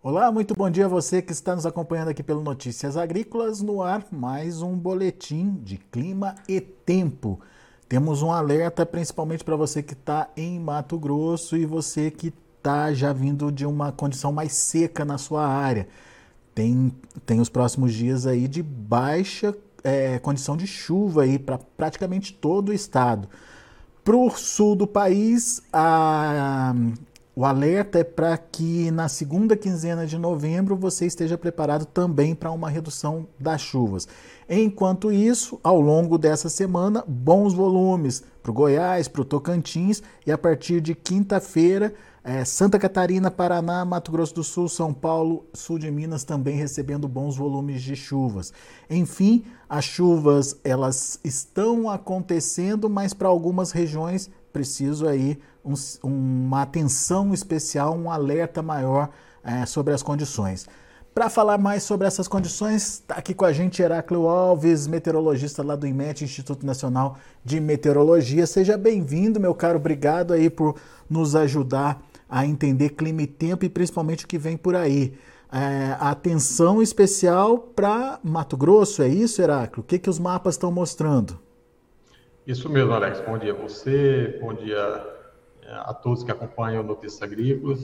Olá, muito bom dia a você que está nos acompanhando aqui pelo Notícias Agrícolas. No ar, mais um boletim de clima e tempo. Temos um alerta principalmente para você que está em Mato Grosso e você que está já vindo de uma condição mais seca na sua área. Tem os próximos dias aí de baixa condição de chuva aí para praticamente todo o estado. Para o sul do país, o alerta é para que na segunda quinzena de novembro você esteja preparado também para uma redução das chuvas. Enquanto isso, ao longo dessa semana, bons volumes para o Goiás, para o Tocantins e a partir de quinta-feira, Santa Catarina, Paraná, Mato Grosso do Sul, São Paulo, sul de Minas também recebendo bons volumes de chuvas. Enfim, as chuvas elas estão acontecendo, mas para algumas regiões preciso aí uma atenção especial, um alerta maior sobre as condições. Para falar mais sobre essas condições, está aqui com a gente Heráclio Alves, meteorologista lá do IMET, Instituto Nacional de Meteorologia. Seja bem-vindo, meu caro. Obrigado aí por nos ajudar a entender clima e tempo e principalmente o que vem por aí. Atenção especial para Mato Grosso, é isso, Heráclio? O que os mapas estão mostrando? Isso mesmo, Alex. Bom dia a você, bom dia a todos que acompanham Notícias Agrícolas.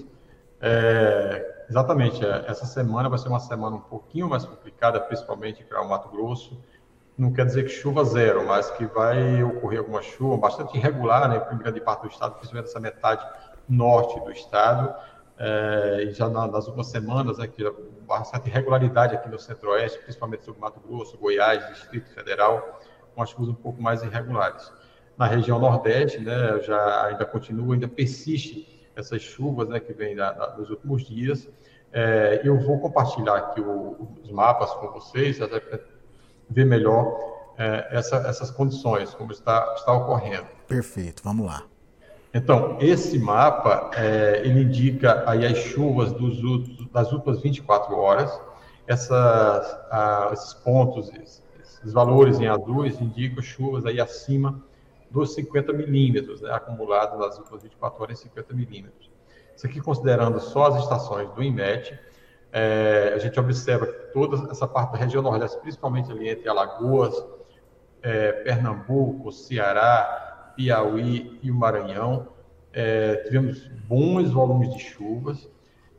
Exatamente, essa semana vai ser uma semana um pouquinho mais complicada, principalmente para o Mato Grosso. Não quer dizer que chuva zero, mas que vai ocorrer alguma chuva bastante irregular, né, em grande parte do estado, principalmente essa metade norte do estado. E já nas últimas semanas, né, que bastante irregularidade aqui no centro-oeste, principalmente sobre Mato Grosso, Goiás, Distrito Federal, com as chuvas um pouco mais irregulares. Na região nordeste, né, ainda continua, ainda persiste essas chuvas, né, que vêm nos últimos dias. Eu vou compartilhar aqui os mapas com vocês, até para ver melhor essas condições, como está ocorrendo. Perfeito, vamos lá. Então, esse mapa, ele indica aí as chuvas das últimas 24 horas. Esses pontos, esses valores em azuis indicam chuvas aí acima dos 50 milímetros, né, acumulados nas últimas 24 horas em 50 milímetros. Isso aqui considerando só as estações do INMET. A gente observa que toda essa parte da região nordeste, principalmente ali entre Alagoas, Pernambuco, Ceará, Piauí e o Maranhão, tivemos bons volumes de chuvas,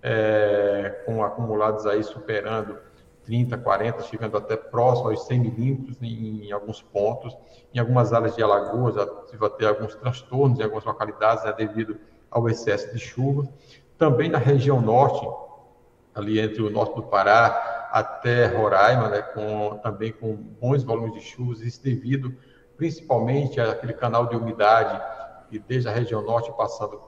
com acumulados aí superando 30, 40, chegando até próximo aos 100 milímetros em alguns pontos. Em algumas áreas de Alagoas, vai ter alguns transtornos em algumas localidades, né, devido ao excesso de chuva. Também na região norte, ali entre o norte do Pará até Roraima, né, também com bons volumes de chuvas, isso devido principalmente àquele canal de umidade e desde a região norte passando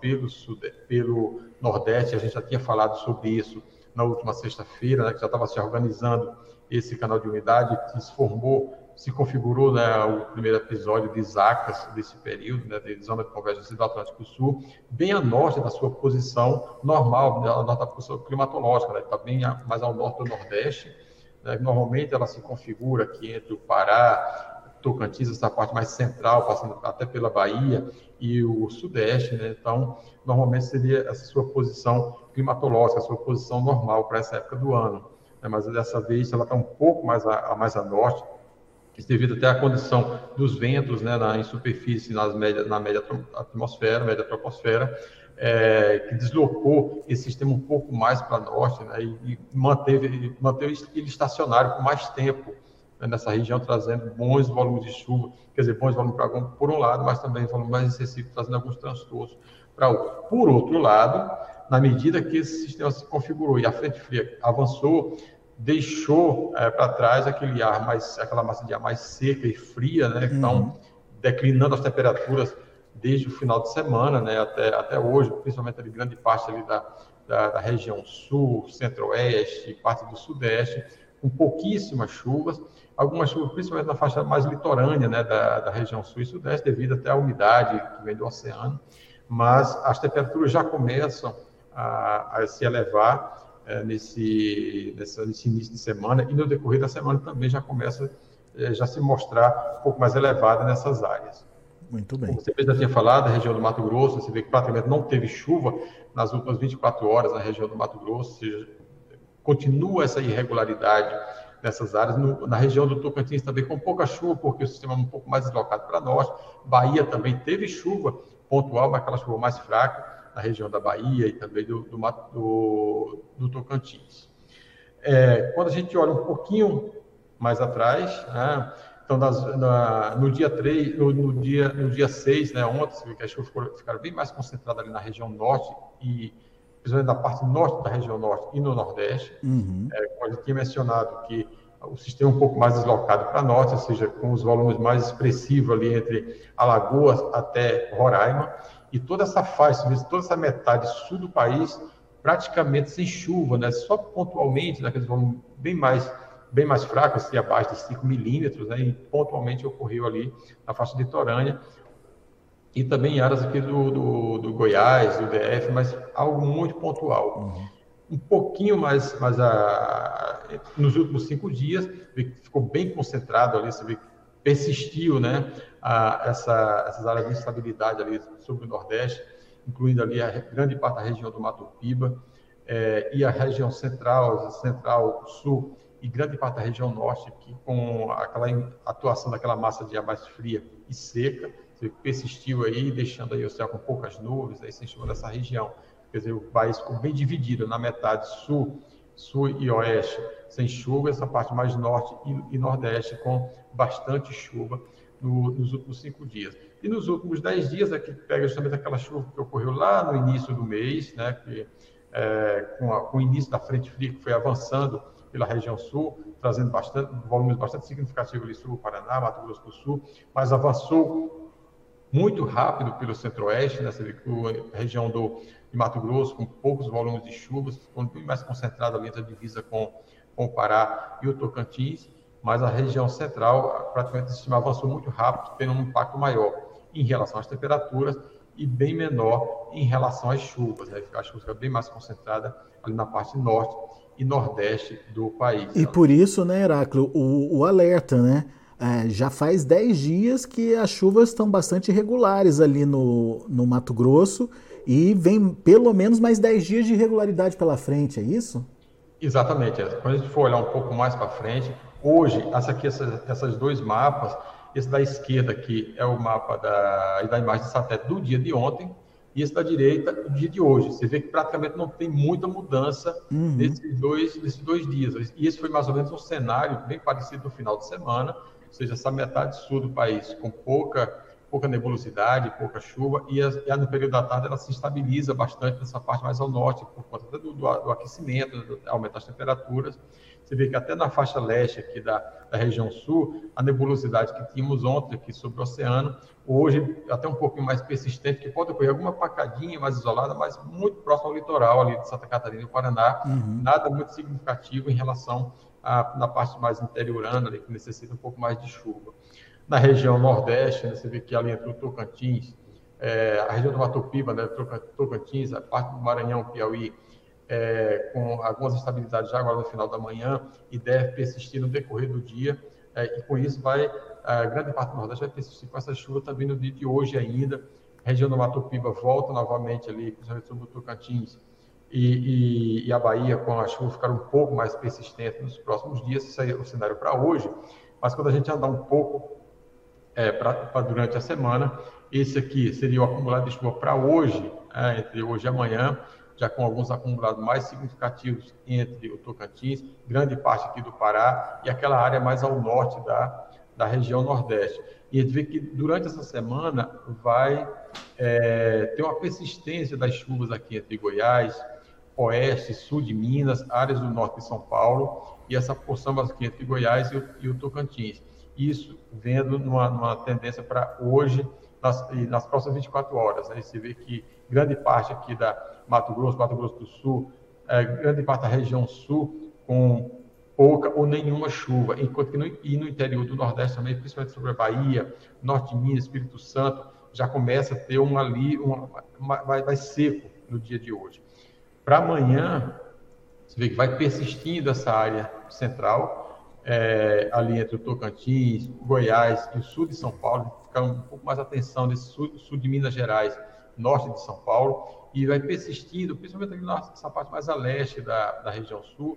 pelo nordeste. A gente já tinha falado sobre isso na última sexta-feira, né, que já estava se organizando esse canal de umidade, que se configurou, né, o primeiro episódio de Zacas desse período, né, de zona de convergência do Atlântico Sul, bem a norte da sua posição normal, né, a norte da posição climatológica, né, está bem mais ao norte do Nordeste. Né, normalmente ela se configura aqui entre o Pará, Tocantins, essa parte mais central, passando até pela Bahia e o Sudeste, né? Então, normalmente seria essa sua posição climatológica, a sua posição normal para essa época do ano. Né? Mas dessa vez ela está um pouco mais a norte, devido até à condição dos ventos, né, em superfície, na média atmosfera, média troposfera, que deslocou esse sistema um pouco mais para norte, né, e manteve ele estacionário por mais tempo, né, nessa região, trazendo bons volumes de chuva, quer dizer, bons volumes por um lado, mas também volume mais excessivo, trazendo alguns transtornos para outro. Por outro lado, na medida que esse sistema se configurou e a frente fria avançou, deixou para trás aquela massa de ar mais seca e fria, né, que estão declinando as temperaturas desde o final de semana, né, até hoje, principalmente ali, grande parte ali da região sul, centro-oeste, parte do sudeste, com pouquíssimas chuvas, algumas chuvas principalmente na faixa mais litorânea, né, da região sul e sudeste, devido até à umidade que vem do oceano, mas as temperaturas já começam a se elevar nesse início de semana, e no decorrer da semana também já começa já se mostrar um pouco mais elevada nessas áreas. Muito bem. Como você já tinha falado, a região do Mato Grosso, você vê que praticamente não teve chuva nas últimas 24 horas na região do Mato Grosso, ou seja, continua essa irregularidade nessas áreas. Na região do Tocantins também com pouca chuva, porque o sistema é um pouco mais deslocado para norte. Bahia também teve chuva pontual, mas aquela chuva mais fraca na região da Bahia e também do Tocantins. Quando a gente olha um pouquinho mais atrás, né, então no dia 3, no dia 6, né, ontem, você viu que as chuvas ficaram bem mais concentradas ali na região norte, e principalmente na parte norte da região norte e no nordeste. Como eu tinha mencionado, que o sistema é um pouco mais deslocado para norte, ou seja, com os volumes mais expressivos ali entre Alagoas até Roraima, e toda essa faixa, toda essa metade sul do país, praticamente sem chuva, né? Só pontualmente, naqueles volumes bem mais fracos, assim, abaixo de 5 milímetros, né? E pontualmente ocorreu ali na faixa litorânea, e também em áreas aqui do Goiás, do DF, mas algo muito pontual. Um pouquinho mais nos últimos 5 dias, ficou bem concentrado ali, você vê que persistiu, né, essas áreas de instabilidade ali sobre o Nordeste, incluindo ali a grande parte da região do Mato Piba, e a região central, sul e grande parte da região norte, que com aquela atuação daquela massa de ar mais fria e seca, persistiu aí, deixando aí o céu com poucas nuvens, aí sem chuva nessa região. Quer dizer, o país ficou bem dividido na metade sul e oeste, sem chuva, essa parte mais norte e nordeste, com bastante chuva nos últimos 5 dias. E nos últimos 10 dias, que pega justamente aquela chuva que ocorreu lá no início do mês, né, com o início da frente fria que foi avançando pela região sul, trazendo volumes bastante significativos ali, sul, Paraná, Mato Grosso do Sul, mas avançou muito rápido pelo centro-oeste, né? Você vê que a região de Mato Grosso, com poucos volumes de chuvas, ficou bem mais concentrada ali entre a divisa com o Pará e o Tocantins, mas a região central, praticamente, o sistema avançou muito rápido, tendo um impacto maior em relação às temperaturas e bem menor em relação às chuvas, né? A chuva fica bem mais concentrada ali na parte norte e nordeste do país. E por isso, né, Heráclio, o alerta, né? Já faz 10 dias que as chuvas estão bastante irregulares ali no Mato Grosso e vem pelo menos mais 10 dias de irregularidade pela frente, é isso? Exatamente. Quando a gente for olhar um pouco mais para frente, hoje, essas 2 mapas, esse da esquerda aqui é o mapa da imagem de satélite do dia de ontem, e esse da direita do dia de hoje. Você vê que praticamente não tem muita mudança nesses dois dias. E esse foi mais ou menos um cenário bem parecido no final de semana, ou seja, essa metade sul do país com pouca nebulosidade, pouca chuva, e no período da tarde ela se estabiliza bastante nessa parte mais ao norte, por conta do aquecimento, aumento das temperaturas. Você vê que até na faixa leste aqui da região sul, a nebulosidade que tínhamos ontem aqui sobre o oceano, hoje até um pouquinho mais persistente, que pode ocorrer alguma pacadinha mais isolada, mas muito próximo ao litoral ali de Santa Catarina e do Paraná, nada muito significativo em relação na parte mais interiorana, ali, que necessita um pouco mais de chuva. Na região nordeste, né, você vê que ali entre o Tocantins, a região do Mato Piba, né, Tocantins, a parte do Maranhão, Piauí, com algumas instabilidades já agora no final da manhã, e deve persistir no decorrer do dia, e com isso a grande parte do Nordeste vai persistir com essa chuva também no dia de hoje ainda. A região do Mato Piba volta novamente ali, principalmente sobre o Tocantins, e a Bahia, com a chuva ficar um pouco mais persistente nos próximos dias. Isso aí é o cenário para hoje, mas quando a gente andar um pouco durante a semana, esse aqui seria o acumulado de chuva para hoje, entre hoje e amanhã, já com alguns acumulados mais significativos entre o Tocantins, grande parte aqui do Pará e aquela área mais ao norte da região nordeste. E a gente vê que durante essa semana vai ter uma persistência das chuvas aqui entre Goiás, oeste, sul de Minas, áreas do norte de São Paulo, e essa porção aqui entre Goiás e o Tocantins. Isso vendo numa tendência para hoje, nas próximas 24 horas. Né? Você vê que grande parte aqui da Mato Grosso do Sul, grande parte da região sul, com pouca ou nenhuma chuva, enquanto que no interior do Nordeste também, principalmente sobre a Bahia, norte de Minas, Espírito Santo, já começa a ter vai seco no dia de hoje. Para amanhã, você vê que vai persistindo essa área central, ali entre o Tocantins, Goiás e o sul de São Paulo, ficar um pouco mais atenção nesse sul de Minas Gerais norte de São Paulo, e vai persistindo, principalmente ali nessa parte mais a leste da região sul,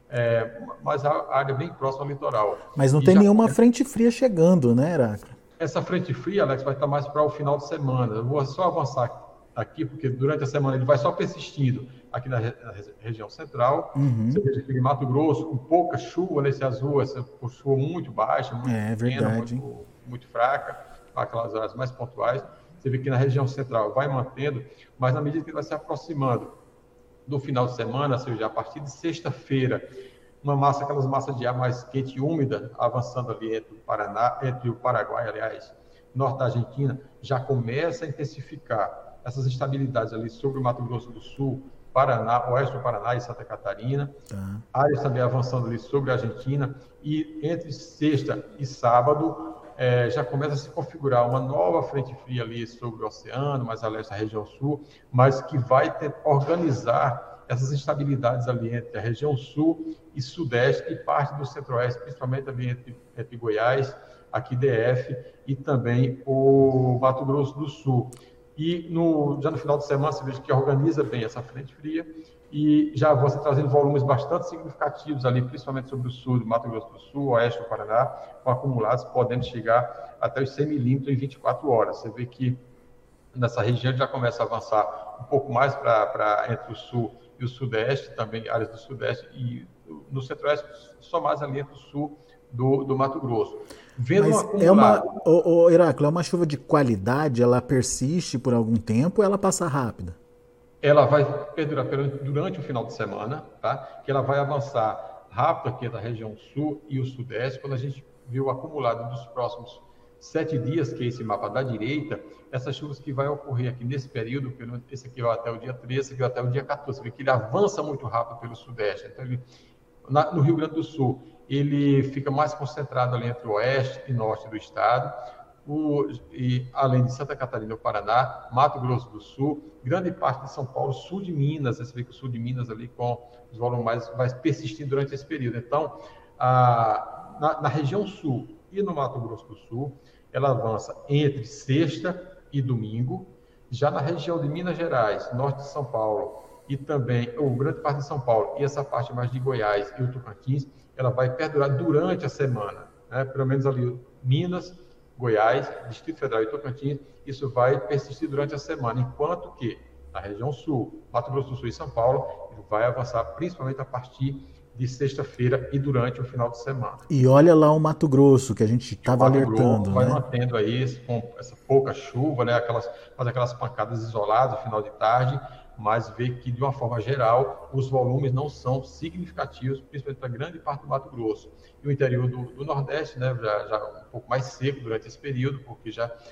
mas a área bem próxima ao litoral. Mas não E tem já nenhuma frente fria chegando, né, Heraclio? essa frente fria, Alex, vai estar mais para o final de semana. Eu vou só avançar aqui, porque durante a semana ele vai só persistindo aqui na região central. Você veja aqui em Mato Grosso, com pouca chuva nesse azul, essa chuva muito baixa, muito pequena, verdade. muito fraca, aquelas áreas mais pontuais. Você vê que na região central vai mantendo, mas na medida que ele vai se aproximando do final de semana, ou seja, a partir de sexta-feira, aquelas massas de ar mais quente e úmida, avançando ali entre o Paraguai, aliás, norte da Argentina, já começa a intensificar essas instabilidades ali sobre o Mato Grosso do Sul, Paraná, oeste do Paraná e Santa Catarina, áreas também avançando ali sobre a Argentina, e entre sexta e sábado, já começa a se configurar uma nova frente fria ali sobre o oceano, mais a leste da região sul, mas que vai organizar essas instabilidades ali entre a região sul e sudeste e parte do centro-oeste, principalmente ali entre Goiás, aqui DF, e também o Mato Grosso do Sul. E já no final de semana, você veja que organiza bem essa frente fria e já você trazendo volumes bastante significativos ali, principalmente sobre o sul do Mato Grosso do Sul, oeste do Paraná, com acumulados podendo chegar até os 100 milímetros em 24 horas. Você vê que nessa região já começa a avançar um pouco mais para entre o sul e o sudeste, também áreas do sudeste, e no centro-oeste, só mais ali entre o sul do Mato Grosso. Vendo Mas um acumulado... Heraclio, é uma chuva de qualidade, ela persiste por algum tempo ou ela passa rápida? Ela vai perdurar durante o final de semana, tá? Que ela vai avançar rápido aqui da região sul e o sudeste. Quando a gente viu o acumulado dos próximos 7 dias, que é esse mapa da direita, essas chuvas que vai ocorrer aqui nesse período, esse aqui vai até o dia 13, esse aqui vai até o dia 14, você vê que ele avança muito rápido pelo sudeste. Então, no Rio Grande do Sul, ele fica mais concentrado ali entre o oeste e norte do estado, e além de Santa Catarina e o Paraná, Mato Grosso do Sul, grande parte de São Paulo, sul de Minas, você vê que o sul de Minas ali com os volumes mais vai persistir durante esse período. Então, na região sul e no Mato Grosso do Sul, ela avança entre sexta e domingo. Já na região de Minas Gerais, norte de São Paulo e também, ou grande parte de São Paulo, e essa parte mais de Goiás e o Tocantins, ela vai perdurar durante a semana, né? Pelo menos ali Minas, Goiás, Distrito Federal e Tocantins, isso vai persistir durante a semana, enquanto que na região sul, Mato Grosso do Sul e São Paulo, ele vai avançar principalmente a partir de sexta-feira e durante o final de semana. E olha lá o Mato Grosso, que a gente estava alertando, vai né? mantendo aí com essa pouca chuva, né? Faz aquelas pancadas isoladas no final de tarde, mas vê que, de uma forma geral, os volumes não são significativos, principalmente para grande parte do Mato Grosso. E o interior do Nordeste, né, já um pouco mais seco durante esse período, porque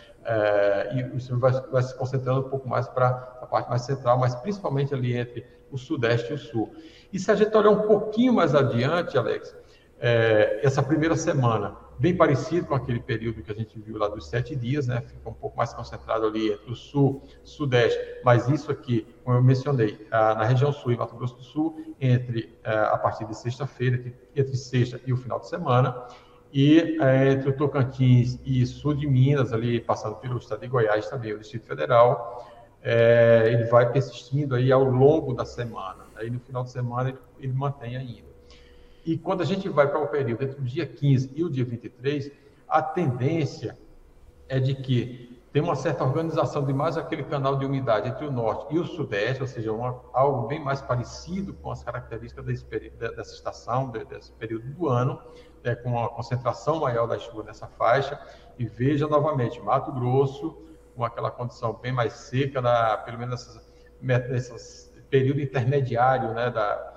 e o senhor vai se concentrando um pouco mais para a parte mais central, mas principalmente ali entre o Sudeste e o Sul. E se a gente olhar um pouquinho mais adiante, Alex, essa primeira semana, bem parecido com aquele período que a gente viu lá dos 7 dias, né? Fica um pouco mais concentrado ali entre o sul, sudeste, mas isso aqui, como eu mencionei, na região sul e Mato Grosso do Sul, a partir de sexta-feira, entre sexta e o final de semana, e entre o Tocantins e sul de Minas, ali passando pelo estado de Goiás também, o Distrito Federal, ele vai persistindo aí ao longo da semana. Aí no final de semana ele mantém ainda. E quando a gente vai para o período entre o dia 15 e o dia 23, a tendência é de que tem uma certa organização de mais aquele canal de umidade entre o norte e o sudeste, ou seja, algo bem mais parecido com as características dessa estação, desse período do ano, com uma concentração maior da chuva nessa faixa. E veja novamente, Mato Grosso, com aquela condição bem mais seca, pelo menos nesse período intermediário, né,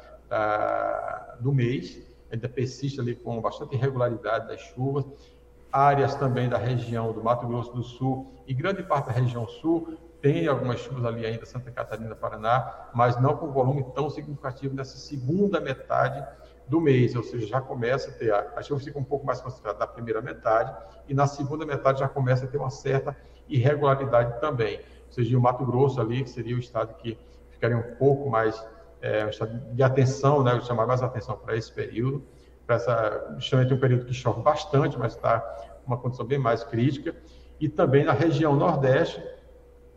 do mês, ainda persiste ali com bastante irregularidade das chuvas. Áreas também da região do Mato Grosso do Sul e grande parte da região sul tem algumas chuvas ali ainda, Santa Catarina, Paraná, mas não com volume tão significativo nessa segunda metade do mês, ou seja, já começa a ter, a chuva fica um pouco mais concentrada na primeira metade e na segunda metade já começa a ter uma certa irregularidade também, ou seja, o Mato Grosso ali, que seria o estado que ficaria um pouco mais um estado de atenção, né, chamar mais atenção para esse período, justamente um período que chove bastante, mas está uma condição bem mais crítica, e também na região nordeste,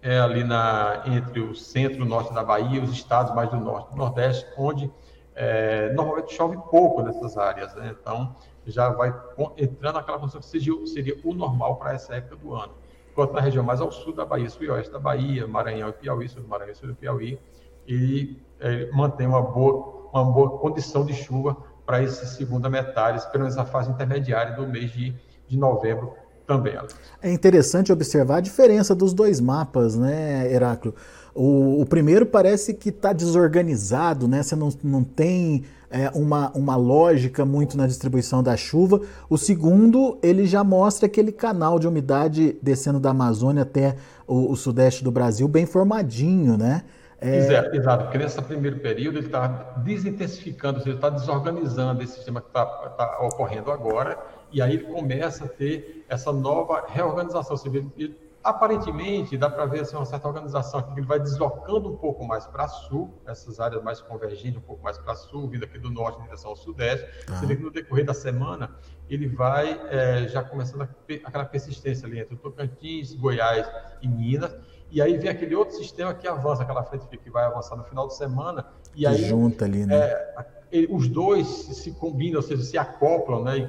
ali entre o centro e o norte da Bahia, os estados mais do norte e do nordeste, onde normalmente chove pouco nessas áreas, né? Então, já vai entrando naquela condição que seria o normal para essa época do ano. Enquanto na região mais ao sul da Bahia, sul e oeste da Bahia, Maranhão e Piauí, sul do Maranhão e sul do Piauí, ele mantém uma boa condição de chuva para essa segunda metade, pelo menos a fase intermediária do mês de novembro também. Alex. É interessante observar a diferença dos dois mapas, né, Heráclio? O primeiro parece que está desorganizado, né? Você não tem uma lógica muito na distribuição da chuva. O segundo, ele já mostra aquele canal de umidade descendo da Amazônia até o sudeste do Brasil, bem formadinho, né? Exato, porque nesse primeiro período ele está desintensificando, ou seja, está desorganizando esse sistema que está ocorrendo agora, e aí ele começa a ter essa nova reorganização. Você vê, aparentemente, dá para ver assim, uma certa organização aqui, que ele vai deslocando um pouco mais para sul, essas áreas mais convergentes, um pouco mais para sul, vindo aqui do norte em direção ao sudeste. Você vê que no decorrer da semana, ele vai já começando aquela persistência ali entre o Tocantins, Goiás e Minas. E aí vem aquele outro sistema que avança, aquela frente que vai avançar no final de semana. E que aí junta ali, né? Os dois se combinam, ou seja, se acoplam, né?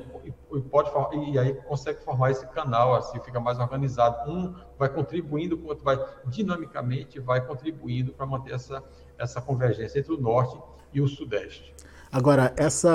E aí consegue formar esse canal, assim, fica mais organizado. Um vai contribuindo, o outro vai dinamicamente contribuindo para manter essa convergência entre o norte e o sudeste. Agora,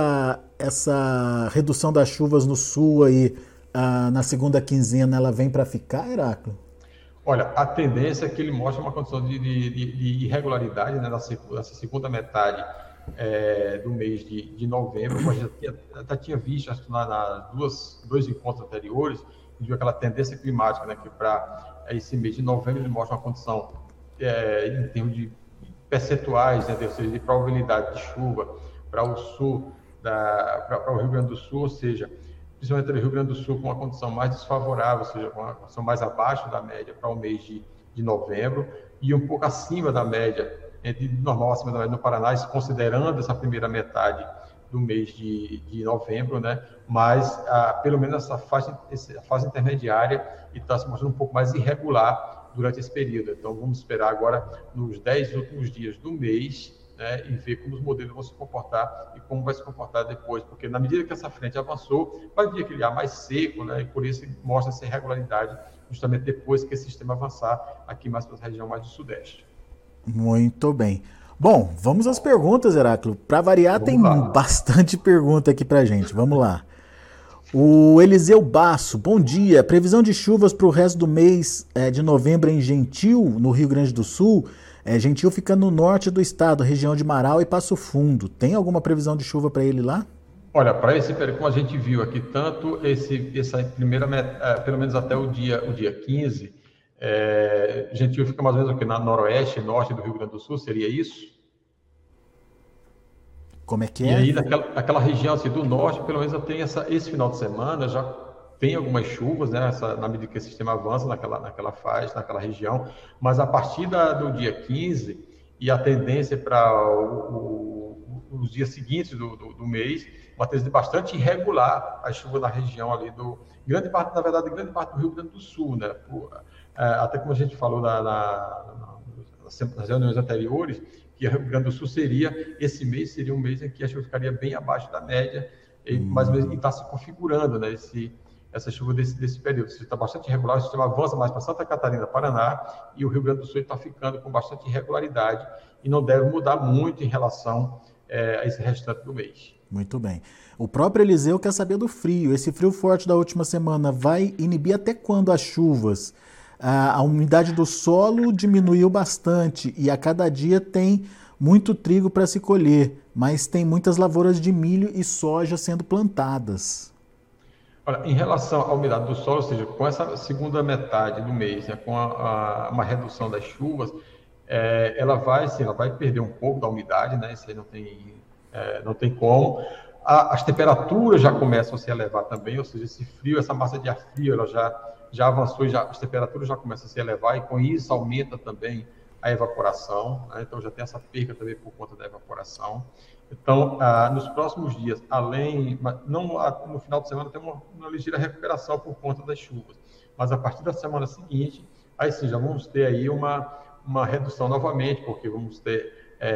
essa redução das chuvas no sul aí, na segunda quinzena, ela vem para ficar, Heráclio? Olha, a tendência é que ele mostre uma condição de irregularidade, né, nessa segunda metade do mês de novembro. A gente até tinha visto, acho que dois encontros anteriores, a gente viu aquela tendência climática, né, que para esse mês de novembro ele mostra uma condição em termos de percentuais, né, ou seja, de probabilidade de chuva para o sul, para o Rio Grande do Sul, ou seja, principalmente no Rio Grande do Sul, com uma condição mais desfavorável, ou seja, com uma condição mais abaixo da média para o mês de novembro, e um pouco acima da média, normal acima da média no Paraná, considerando essa primeira metade do mês de novembro, né? Mas pelo menos essa fase intermediária está se mostrando um pouco mais irregular durante esse período. Então, vamos esperar agora nos 10 últimos dias do mês, né, e ver como os modelos vão se comportar e como vai se comportar depois, porque na medida que essa frente avançou, vai vir aquele ar mais seco, né, e por isso mostra essa irregularidade justamente depois que esse sistema avançar aqui mais para a região mais do sudeste. Muito bem. Bom, vamos às perguntas, Heráclio. Para variar, tem bastante pergunta aqui para gente. Vamos lá. O Eliseu Basso, bom dia. Previsão de chuvas para o resto do mês de novembro em Gentil, no Rio Grande do Sul. Gentil fica no norte do estado, região de Marau e Passo Fundo. Tem alguma previsão de chuva para ele lá? Olha, para esse período, como a gente viu aqui, tanto essa primeira, pelo menos até o dia 15, Gentil fica mais ou menos aqui na noroeste, norte do Rio Grande do Sul, seria isso? Como é que é? E aí, naquela região assim, do norte, pelo menos tem esse final de semana, já tem algumas chuvas, né, na medida que o sistema avança naquela faixa, naquela região, mas a partir do dia 15, e a tendência para os dias seguintes do mês, uma tendência bastante irregular a chuva na região ali grande parte do Rio Grande do Sul, né, até como a gente falou nas reuniões anteriores, que o Rio Grande do Sul seria um mês em que a chuva ficaria bem abaixo da média, mas está se configurando, né, essa chuva desse período. Está bastante irregular, o sistema avança mais para Santa Catarina, Paraná, e o Rio Grande do Sul está ficando com bastante irregularidade e não deve mudar muito em relação a esse restante do mês. Muito bem. O próprio Eliseu quer saber do frio. Esse frio forte da última semana vai inibir até quando as chuvas? A umidade do solo diminuiu bastante e a cada dia tem muito trigo para se colher, mas tem muitas lavouras de milho e soja sendo plantadas. Olha, em relação à umidade do solo, ou seja, com essa segunda metade do mês, né, com uma redução das chuvas, ela vai perder um pouco da umidade, né? Isso aí não tem como. As temperaturas já começam a se elevar também, ou seja, esse frio, essa massa de ar frio, ela já avançou e as temperaturas já começam a se elevar, e com isso aumenta também a evaporação, né? Então já tem essa perca também por conta da evaporação. Então, nos próximos dias, no final de semana tem uma ligeira recuperação por conta das chuvas, mas a partir da semana seguinte, aí sim já vamos ter aí uma redução novamente, porque vamos ter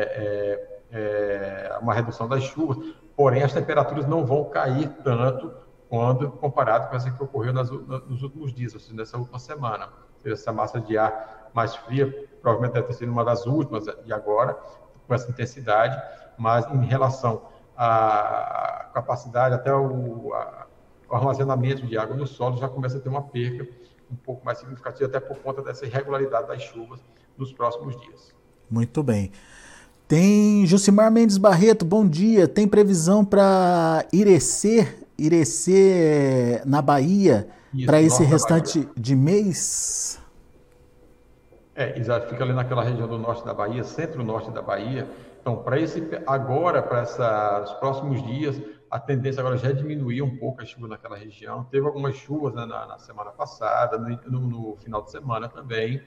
uma redução das chuvas, porém as temperaturas não vão cair tanto quando comparado com essa que ocorreu nos últimos dias, ou seja, nessa última semana. Ou seja, essa massa de ar mais fria provavelmente deve ter sido uma das últimas de agora, com essa intensidade, mas em relação à capacidade, até o armazenamento de água no solo, já começa a ter uma perca um pouco mais significativa, até por conta dessa irregularidade das chuvas nos próximos dias. Muito bem. Tem Jucimar Mendes Barreto, bom dia. Tem previsão para Irecê na Bahia, para esse restante de mês? Exato, fica ali naquela região do norte da Bahia, centro-norte da Bahia. Então, para os próximos dias, a tendência agora já é diminuir um pouco a chuva naquela região. Teve algumas chuvas, né, na semana passada, no final de semana também,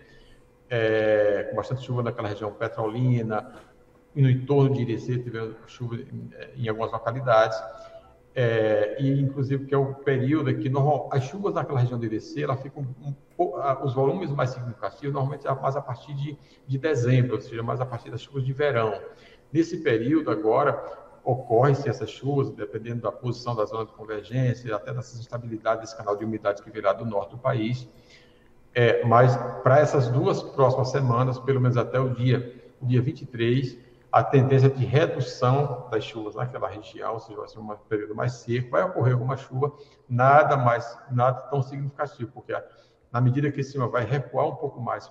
com bastante chuva naquela região petrolina, e no entorno de Irecê teve chuva em algumas localidades. E inclusive que é o período que as chuvas naquela região de Irecê, ela ficam os volumes mais significativos normalmente mais a partir de dezembro, ou seja, mais a partir das chuvas de verão. Nesse período agora ocorrem-se essas chuvas, dependendo da posição da zona de convergência, até dessas instabilidades desse canal de umidade que vem lá do norte do país. Mas para essas duas próximas semanas, pelo menos até o dia 23, a tendência de redução das chuvas naquela região, ou seja, vai ser um período mais seco, vai ocorrer alguma chuva, nada tão significativo, porque na medida que esse clima vai recuar um pouco mais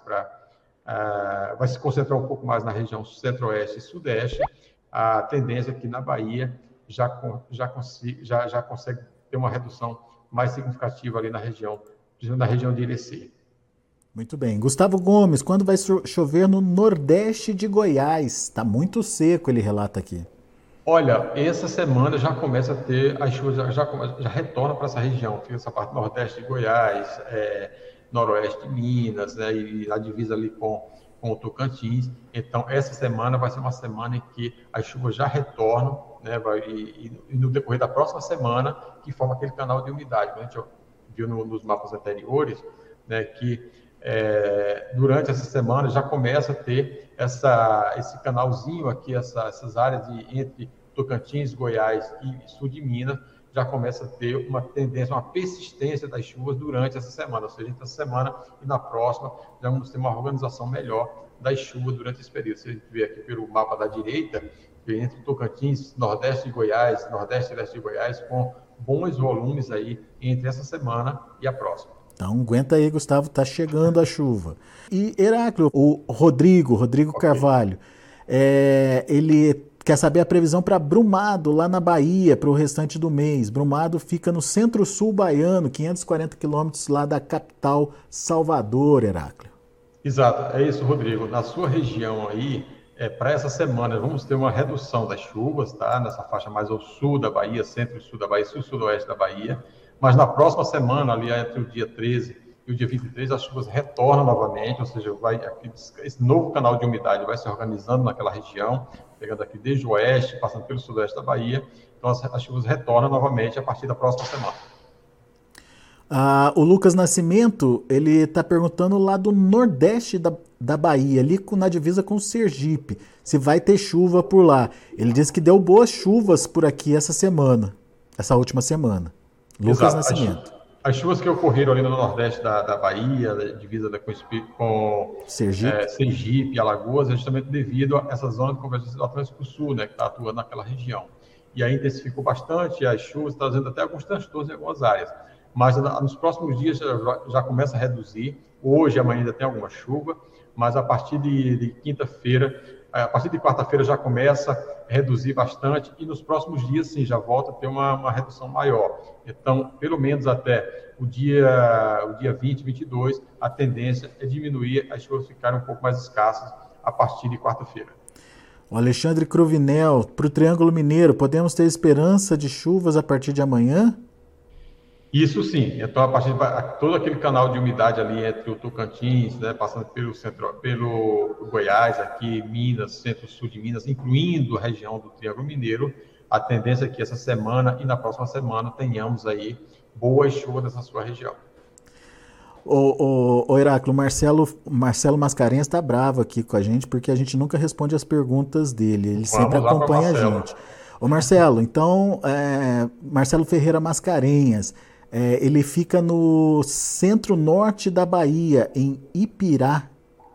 vai se concentrar um pouco mais na região centro-oeste e sudeste, a tendência é que na Bahia já consegue ter uma redução mais significativa ali na região de Irecê. Muito bem. Gustavo Gomes, quando vai chover no nordeste de Goiás? Está muito seco, ele relata aqui. Olha, essa semana já começa a ter as chuvas, já retorna para essa região, fica essa parte nordeste de Goiás, noroeste de Minas, né, e a divisa ali com o Tocantins. Então, essa semana vai ser uma semana em que as chuvas já retornam, né, e no decorrer da próxima semana, que forma aquele canal de umidade. A gente viu nos mapas anteriores, né, que durante essa semana já começa a ter esse canalzinho aqui, essas áreas entre Tocantins, Goiás e sul de Minas, já começa a ter uma tendência, uma persistência das chuvas durante essa semana, ou seja, entre essa semana e na próxima já vamos ter uma organização melhor das chuvas durante esse período. Se a gente vê aqui pelo mapa da direita, entre Tocantins, Nordeste de Goiás, Nordeste e Leste de Goiás, com bons volumes aí entre essa semana e a próxima. Então, aguenta aí, Gustavo, tá chegando a chuva. E Heráclio, o Rodrigo Carvalho, ele quer saber a previsão para Brumado, lá na Bahia, para o restante do mês. Brumado fica no centro-sul baiano, 540 quilômetros lá da capital Salvador, Heráclio. Exato, é isso, Rodrigo. Na sua região aí, para essa semana, vamos ter uma redução das chuvas, tá? Nessa faixa mais ao sul da Bahia, centro e sul da Bahia, sul-sudoeste da Bahia. Mas na próxima semana, ali entre o dia 13 e o dia 23, as chuvas retornam novamente, ou seja, esse novo canal de umidade vai se organizando naquela região, pegando aqui desde o oeste, passando pelo sudeste da Bahia. Então, as chuvas retornam novamente a partir da próxima semana. O Lucas Nascimento, ele está perguntando lá do nordeste da Bahia, ali na divisa com o Sergipe, se vai ter chuva por lá. Ele disse que deu boas chuvas por aqui essa última semana. Lucas Nascimento. As chuvas que ocorreram ali no nordeste da Bahia, divisa com Sergipe e Alagoas, é justamente devido a essa zona de convergência do Atlântico Sul, né, que está atuando naquela região. E aí intensificou bastante as chuvas, trazendo até alguns transtornos em algumas áreas. Mas nos próximos dias já começa a reduzir. Hoje, amanhã ainda tem alguma chuva, mas a partir de quarta-feira já começa a reduzir bastante e nos próximos dias, sim, já volta a ter uma redução maior. Então, pelo menos até o dia 20, 22, a tendência é diminuir, as chuvas ficarem um pouco mais escassas a partir de quarta-feira. O Alexandre Cruvinel, para o Triângulo Mineiro, podemos ter esperança de chuvas a partir de amanhã? Isso sim, então a partir de todo aquele canal de umidade ali entre o Tocantins, né, passando pelo Goiás, aqui, Minas, centro-sul de Minas, incluindo a região do Triângulo Mineiro, a tendência é que essa semana e na próxima semana tenhamos aí boas chuvas nessa sua região. Ô Heráclio, Marcelo Mascarenhas está bravo aqui com a gente porque a gente nunca responde as perguntas dele. Ele sempre Vamos lá para acompanha a Marcelo. gente. Ô Marcelo, então, Marcelo Ferreira Mascarenhas, ele fica no centro-norte da Bahia, em Ipirá,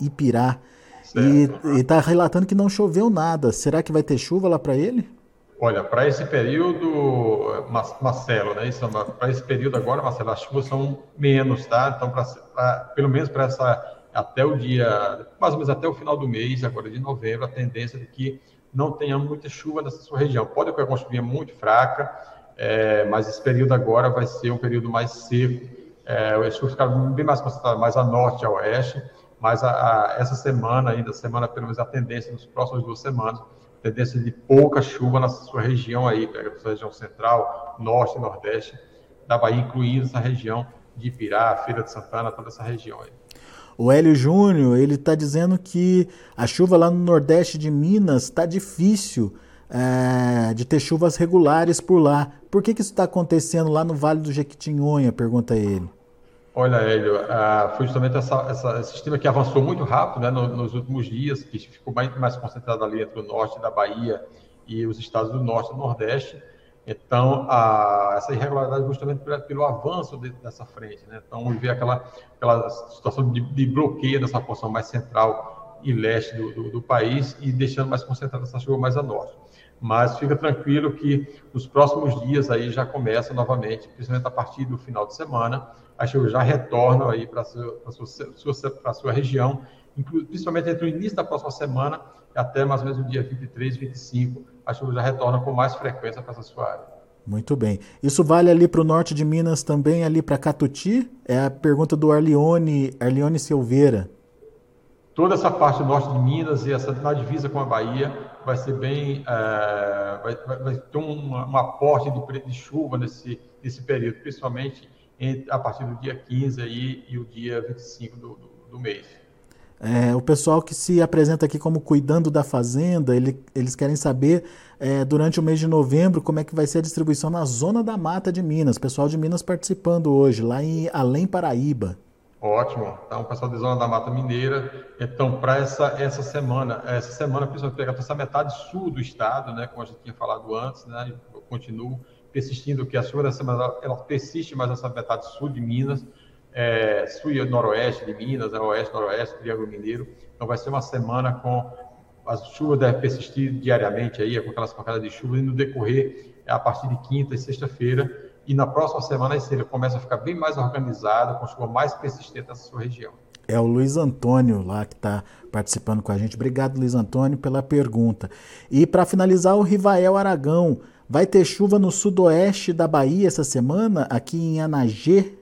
e Certo. está relatando que não choveu nada. Será que vai ter chuva lá para ele? Olha, para esse período, Marcelo, né? Para esse período agora, Marcelo, as chuvas são menos, tá? Então, pelo menos para até o dia, mais ou menos até o final do mês, agora de novembro, a tendência é que não tenha muita chuva nessa sua região. Pode ocorrer uma chuvinha muito fraca, mas esse período agora vai ser um período mais seco. As chuvas ficaram bem mais concentradas, mais a norte e a oeste, mas essa semana, ainda, pelo menos a tendência nas próximas 2 semanas, tendência de pouca chuva na sua região aí, pega a sua região central, norte e nordeste da Bahia, incluindo essa região de Ipirá, Feira de Santana, toda essa região aí. O Hélio Júnior, ele está dizendo que a chuva lá no nordeste de Minas está difícil de ter chuvas regulares por lá. Por que isso está acontecendo lá no Vale do Jequitinhonha? Pergunta ele. Olha, Hélio, foi justamente esse sistema que avançou muito rápido, né, nos últimos dias, que ficou mais concentrado ali entre o norte da Bahia e os estados do norte e do nordeste. Então, essa irregularidade justamente pelo avanço dessa frente, né? Então, vê aquela situação de bloqueio dessa porção mais central e leste do país e deixando mais concentrada essa chuva mais a norte. Mas fica tranquilo que nos próximos dias aí já começa novamente, principalmente a partir do final de semana, as chuvas já retornam aí para a sua região, principalmente entre o início da próxima semana até mais ou menos o dia 23, 25, as chuvas já retornam com mais frequência para essa sua área. Muito bem. Isso vale ali para o norte de Minas também, ali para Catuti? É a pergunta do Arlione Silveira. Toda essa parte do norte de Minas e essa na divisa com a Bahia vai ser bem, vai ter um aporte de chuva nesse período, principalmente a partir do dia 15 aí, e o dia 25 do mês. O pessoal que se apresenta aqui como cuidando da fazenda, eles querem saber durante o mês de novembro como é que vai ser a distribuição na zona da mata de Minas. Pessoal de Minas participando hoje, lá em Além Paraíba. Ótimo. Então, o pessoal da Zona da Mata Mineira, então, para essa semana, principalmente pegar essa metade sul do estado, né, como a gente tinha falado antes, né, eu continuo persistindo que a chuva dessa semana, ela persiste mais nessa metade sul de Minas, sul e noroeste de Minas, oeste, noroeste, Triângulo Mineiro. Então, vai ser uma semana com as chuvas devem persistir diariamente aí, com aquelas pancadas de chuva, e no decorrer, a partir de quinta e sexta-feira. E na próxima semana ele começa a ficar bem mais organizado, com chuva mais persistente nessa sua região. É o Luiz Antônio lá que está participando com a gente. Obrigado, Luiz Antônio, pela pergunta. E para finalizar, o Rivael Aragão. Vai ter chuva no sudoeste da Bahia essa semana, aqui em Anagé?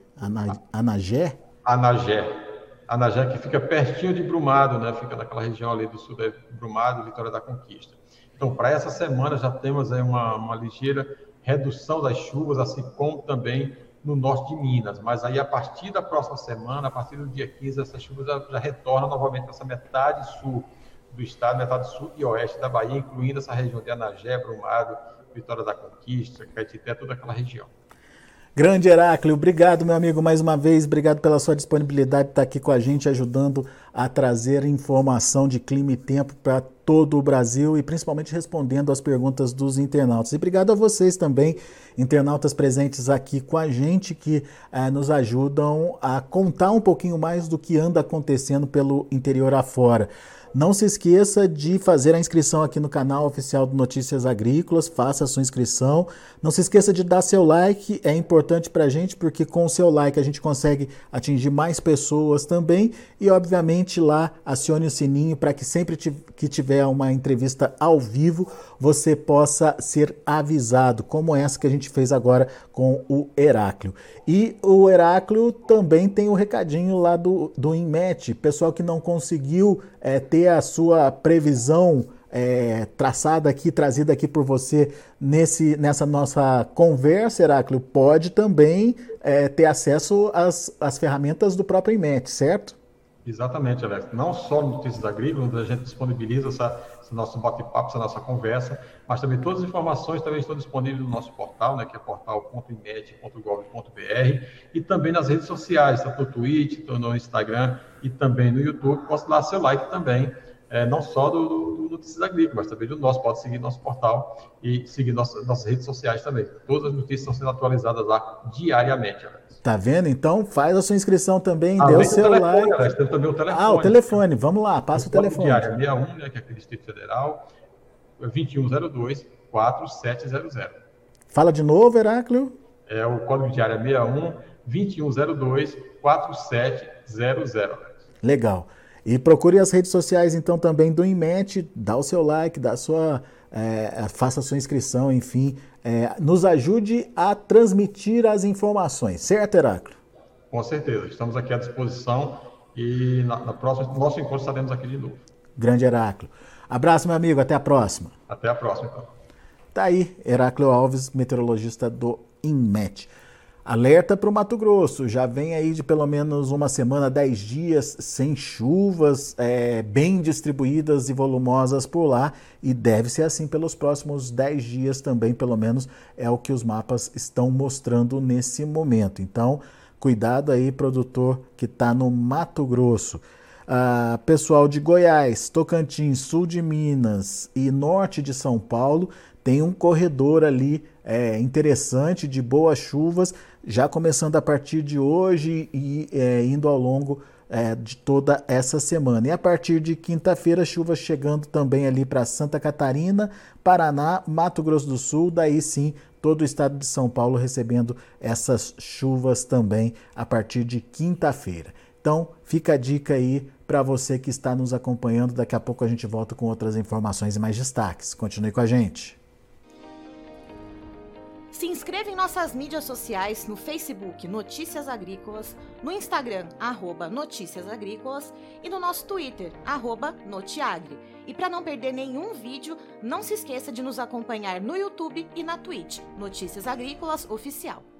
Anagé, que fica pertinho de Brumado, né? Fica naquela região ali do sul de Brumado, Vitória da Conquista. Então, para essa semana já temos aí uma ligeira redução das chuvas, assim como também no norte de Minas. Mas aí, a partir da próxima semana, a partir do dia 15, essas chuvas já retornam novamente para essa metade sul do estado, metade sul e oeste da Bahia, incluindo essa região de Anagé, Brumado, Vitória da Conquista, Caetité, toda aquela região. Grande Heráclio, obrigado, meu amigo, mais uma vez. Obrigado pela sua disponibilidade de estar aqui com a gente, ajudando a trazer informação de clima e tempo para todo o Brasil e principalmente respondendo às perguntas dos internautas. E obrigado a vocês também, internautas presentes aqui com a gente, que nos ajudam a contar um pouquinho mais do que anda acontecendo pelo interior afora. Não se esqueça de fazer a inscrição aqui no canal oficial do Notícias Agrícolas, faça a sua inscrição. Não se esqueça de dar seu like, é importante para a gente, porque com o seu like a gente consegue atingir mais pessoas também. E, obviamente, lá acione o sininho para que sempre que tiver uma entrevista ao vivo, você possa ser avisado, como essa que a gente fez agora com o Heráclio. E o Heráclio também tem o recadinho lá do INMET, pessoal que não conseguiu ter a sua previsão traçada aqui, trazida aqui por você nessa nossa conversa, Heráclio, pode também ter acesso às ferramentas do próprio INMET, certo? Exatamente, Alex. Não só notícias agrícolas, onde a gente disponibiliza esse nosso bate-papo, essa nossa conversa, mas também todas as informações também estão disponíveis no nosso portal, né, que é portal.imed.gov.br, e também nas redes sociais, tanto no Twitch, no Instagram e também no YouTube. Posso dar seu like também, não só do Notícias Agrícolas, mas também do nosso. Pode seguir nosso portal e seguir nossas redes sociais também. Todas as notícias estão sendo atualizadas lá diariamente, Alex. Tá vendo? Então faz a sua inscrição também, dê Além o do seu telefone, like. Alex, tem também o telefone. Ah, o telefone, vamos lá, passa o código de telefone. área 61, né, que é aqui do Distrito Federal, 2102-4700. Fala de novo, Heráclio. É o código de área 61-2102-4700. Legal. E procure as redes sociais então também do INMET, dá o seu like, faça a sua inscrição, enfim, nos ajude a transmitir as informações, certo, Heráclio? Com certeza, estamos aqui à disposição e na próxima, nosso encontro estaremos aqui de novo. Grande Heráclio. Abraço, meu amigo, até a próxima. Até a próxima, então. Tá aí, Heráclio Alves, meteorologista do INMET. Alerta para o Mato Grosso, já vem aí de pelo menos uma semana, 10 dias sem chuvas, bem distribuídas e volumosas por lá, e deve ser assim pelos próximos 10 dias também, pelo menos é o que os mapas estão mostrando nesse momento. Então, cuidado aí, produtor que está no Mato Grosso. Pessoal de Goiás, Tocantins, sul de Minas e norte de São Paulo, tem um corredor ali interessante de boas chuvas, já começando a partir de hoje e indo ao longo de toda essa semana. E a partir de quinta-feira, chuvas chegando também ali para Santa Catarina, Paraná, Mato Grosso do Sul, daí sim todo o estado de São Paulo recebendo essas chuvas também a partir de quinta-feira. Então, fica a dica aí para você que está nos acompanhando. Daqui a pouco a gente volta com outras informações e mais destaques. Continue com a gente. Se inscreva em nossas mídias sociais, no Facebook Notícias Agrícolas, no Instagram @Notícias Agrícolas e no nosso Twitter @Notiagre. E para não perder nenhum vídeo, não se esqueça de nos acompanhar no YouTube e na Twitch, Notícias Agrícolas Oficial.